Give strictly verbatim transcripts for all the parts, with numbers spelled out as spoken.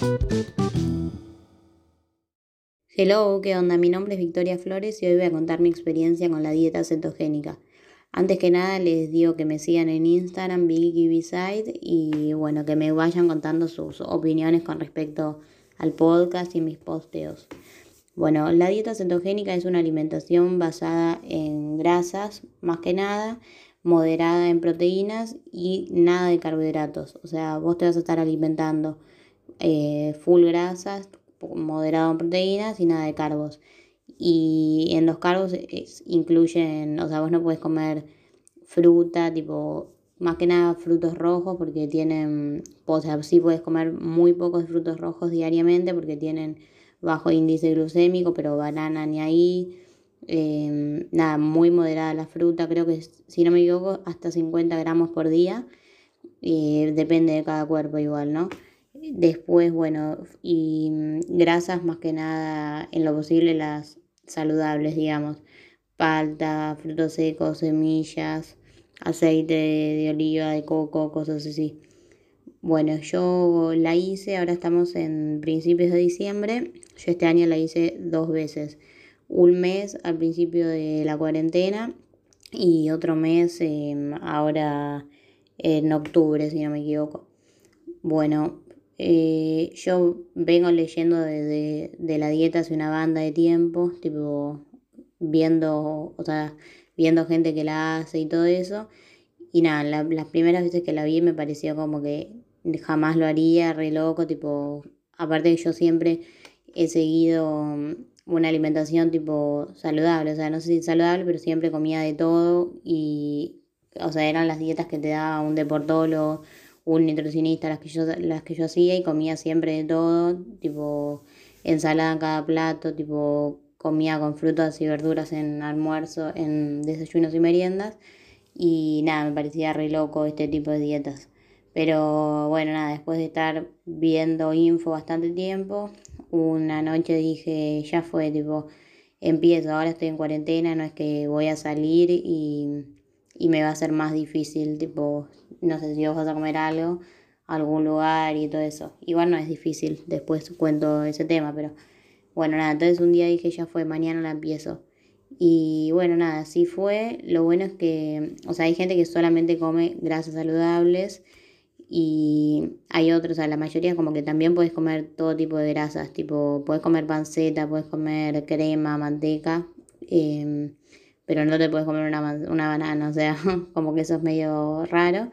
Hello, ¿qué onda? Mi nombre es Victoria Flores y hoy voy a contar mi experiencia con la dieta cetogénica. Antes que nada les digo que me sigan en Instagram, Vicky Beside, y bueno, que me vayan contando sus opiniones con respecto al podcast y mis posteos. Bueno, la dieta cetogénica es una alimentación basada en grasas, más que nada, moderada en proteínas y nada de carbohidratos. O sea, vos te vas a estar alimentando eh, full grasas, moderado en proteínas y nada de carbos. Y en los carbos es- incluyen, o sea, vos no puedes comer fruta, tipo, más que nada frutos rojos porque tienen, o sea, sí puedes comer muy pocos frutos rojos diariamente porque tienen bajo índice glucémico, pero banana ni ahí. Eh, nada, muy moderada la fruta, creo que si no me equivoco hasta cincuenta gramos por día, eh, depende de cada cuerpo igual, ¿no? Después, bueno, y mm, grasas más que nada en lo posible las saludables, digamos. Palta, frutos secos, semillas, aceite de oliva, de coco, cosas así. Bueno, yo la hice, ahora estamos en principios de diciembre. Yo este año la hice dos veces. Un mes al principio de la cuarentena y otro mes em, ahora en octubre, si no me equivoco. Bueno, eh, yo vengo leyendo de, de, de la dieta hace una banda de tiempo, tipo viendo, o sea, viendo gente que la hace y todo eso. Y nada, la- las primeras veces que la vi me pareció como que jamás lo haría, re loco, tipo, aparte que yo siempre he seguido mm, una alimentación tipo saludable, o sea, no sé si saludable, pero siempre comía de todo y, o sea, eran las dietas que te daba un deportólogo, un nutricionista, las que yo, las que yo hacía y comía siempre de todo, tipo, ensalada en cada plato, tipo, comía con frutas y verduras en almuerzo, en desayunos y meriendas. Y nada, me parecía re loco este tipo de dietas. Pero bueno, nada, después de estar viendo info bastante tiempo, una noche dije, ya fue, tipo, empiezo, ahora estoy en cuarentena, no es que voy a salir y, y me va a ser más difícil, tipo, no sé si vos vas a comer algo, a algún lugar y todo eso. Igual no es difícil, después cuento ese tema, pero bueno, nada, entonces un día dije, ya fue, mañana la empiezo. Y bueno, nada, así fue. Lo bueno es que, o sea, hay gente que solamente come grasas saludables y hay otros, o sea, la mayoría como que también puedes comer todo tipo de grasas, tipo, puedes comer panceta, puedes comer crema, manteca, em, pero no te puedes comer una, man- una banana, o sea, como que eso es medio raro.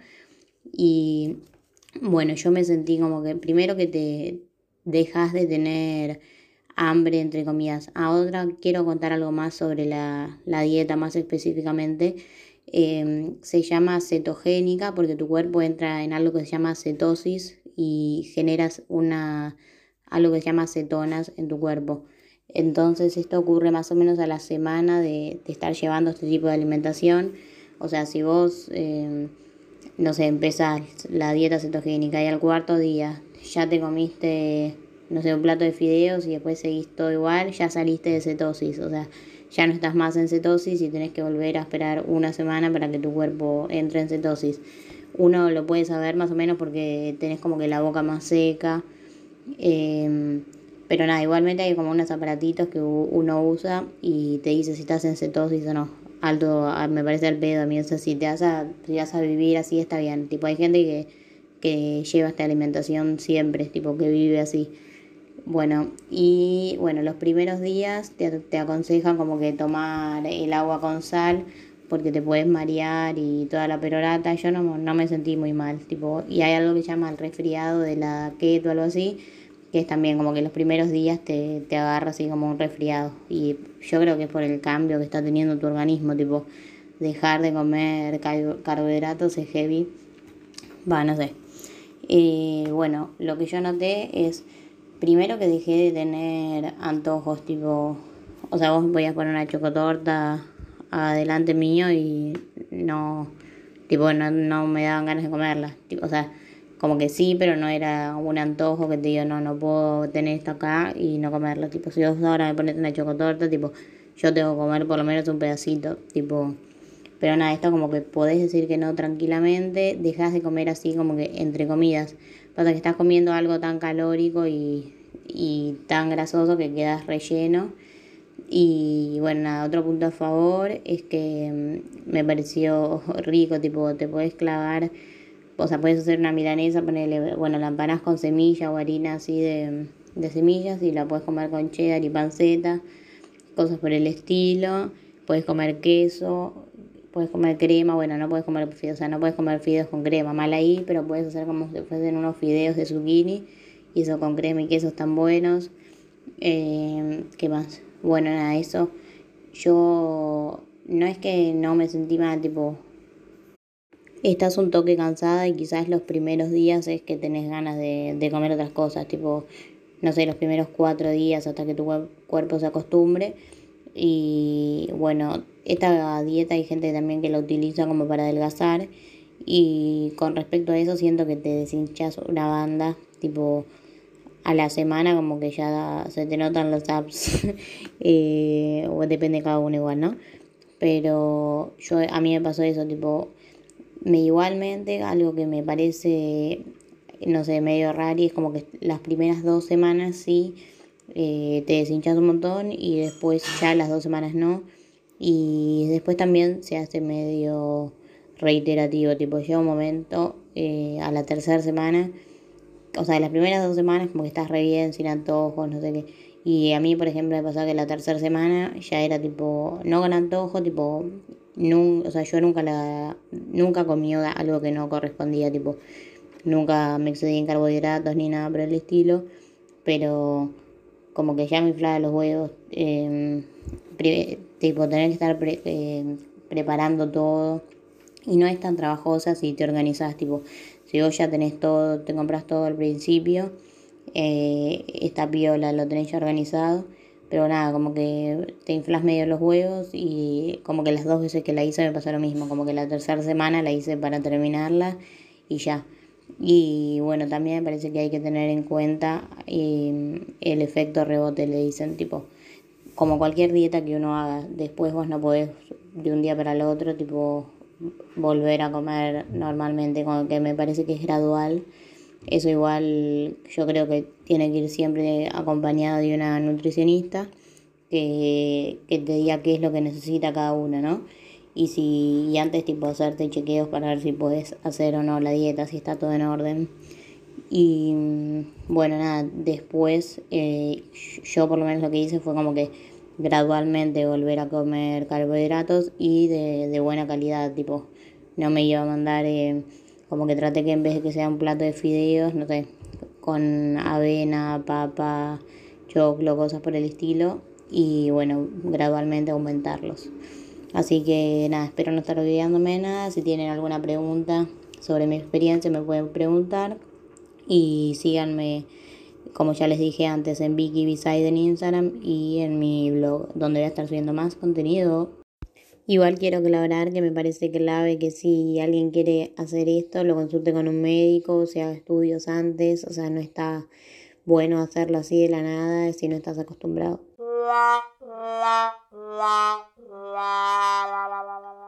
Y bueno, yo me sentí como que primero que te dejas de tener hambre, entre comillas. Ahora quiero contar algo más sobre la, la dieta, más específicamente. Eh, se llama cetogénica porque tu cuerpo entra en algo que se llama cetosis y generas una, algo que se llama cetonas en tu cuerpo. Entonces esto ocurre más o menos a la semana de, de estar llevando este tipo de alimentación. O sea, si vos, eh, no sé, empezás la dieta cetogénica y al cuarto día ya te comiste, no sé, un plato de fideos y después seguís todo igual, ya saliste de cetosis. O sea, ya no estás más en cetosis y tenés que volver a esperar una semana para que tu cuerpo entre en cetosis. Uno lo puede saber más o menos porque tenés como que la boca más seca. Eh, pero nada, igualmente hay como unos aparatitos que uno usa y te dice si estás en cetosis o no. Alto, a- me parece al pedo a mí. O sea, si te vas a, si vas a vivir así está bien. Tipo, hay gente que, que lleva esta alimentación siempre, tipo, que vive así. Bueno, y bueno, los primeros días te, te aconsejan como que tomar el agua con sal porque te puedes marear y toda la perorata. Yo no, no me sentí muy mal, tipo, y hay algo que se llama el resfriado de la keto o algo así, que es también como que los primeros días te, te agarra así como un resfriado. Y yo creo que es por el cambio que está teniendo tu organismo, tipo, dejar de comer car- carbohidratos es heavy. Va, no sé. Eh, bueno, lo que yo noté es, primero que dejé de tener antojos, tipo, o sea, vos podías poner una chocotorta adelante mío y no, tipo, no, no me daban ganas de comerla. Tipo, o sea, como que sí, pero no era un antojo que te digo, no, no puedo tener esto acá y no comerlo. Tipo, si vos ahora me pones una chocotorta, tipo, yo tengo que comer por lo menos un pedacito, tipo, pero nada, esto como que podés decir que no tranquilamente, dejás de comer así como que entre comidas. Pasa que estás comiendo algo tan calórico y, y tan grasoso que quedas relleno. Y bueno, nada, otro punto a favor es que mm, me pareció rico, tipo, te podés clavar, o sea, puedes hacer una milanesa, ponerle, bueno, la empanás con semilla o harina así de, de semillas y la puedes comer con cheddar y panceta, cosas por el estilo. Puedes comer queso, puedes comer crema, bueno, no puedes comer fideos, o sea, no puedes comer fideos con crema, mal ahí, pero puedes hacer como si fuesen unos fideos de zucchini y eso con crema y queso están buenos. Eh, ¿qué más? Bueno, nada, eso. Yo no es que no me sentí mal, tipo, estás un toque cansada y quizás los primeros días es que tenés ganas de, de comer otras cosas, tipo, no sé, los primeros cuatro días hasta que tu cuerpo se acostumbre. Y bueno, esta dieta hay gente también que la utiliza como para adelgazar. Y con respecto a eso siento que te deshinchas una banda, tipo a la semana como que ya se te notan los abs. eh, o depende de cada uno igual, ¿no? Pero yo a mí me pasó eso, tipo, me igualmente algo que me parece, no sé, medio raro y es como que las primeras dos semanas sí eh, te deshinchas un montón y después ya las dos semanas no. Y después también se hace medio reiterativo, tipo llega un momento eh, a la tercera semana, o sea, las primeras dos semanas como que estás re bien, sin antojos, no sé qué. Y a mí, por ejemplo, me pasaba que la tercera semana ya era tipo, no con antojo, tipo, nun- o sea, yo nunca la, nunca comí algo que no correspondía, tipo, nunca me excedí en carbohidratos ni nada por el estilo, pero como que ya me inflaba los huevos, eh, pre- tipo, tener que estar pre- eh, preparando todo. Y no es tan trabajosa si te organizas, tipo, si vos ya tenés todo, te compras todo al principio, eh, esta piola lo tenés ya organizado, pero nada, como que te inflas medio los huevos y como que las dos veces que la hice me pasó lo mismo, como que la tercera semana la hice para terminarla y ya. Y bueno, también me parece que hay que tener en cuenta eh, el efecto rebote, le dicen, tipo, como cualquier dieta que uno haga, después vos no podés de un día para el otro, tipo, volver a comer normalmente, como que me parece que es gradual. Eso igual yo creo que tiene que ir siempre acompañado de una nutricionista que, que te diga qué es lo que necesita cada uno, ¿no? Y si y antes tipo hacerte chequeos para ver si puedes hacer o no la dieta, si está todo en orden. Y bueno, nada, después eh, yo por lo menos lo que hice fue como que gradualmente volver a comer carbohidratos y de, de buena calidad, tipo, no me iba a mandar, eh, como que traté que en vez de que sea un plato de fideos, no sé, con avena, papa, choclo, cosas por el estilo, y bueno, gradualmente aumentarlos. Así que nada, espero no estar olvidándome de nada. Si tienen alguna pregunta sobre mi experiencia me pueden preguntar. Y síganme, como ya les dije antes, en Vicky Beside en Instagram y en mi blog, donde voy a estar subiendo más contenido. Igual quiero aclarar que me parece clave que si alguien quiere hacer esto, lo consulte con un médico, se haga estudios antes, o sea, no está bueno hacerlo así de la nada si no estás acostumbrado.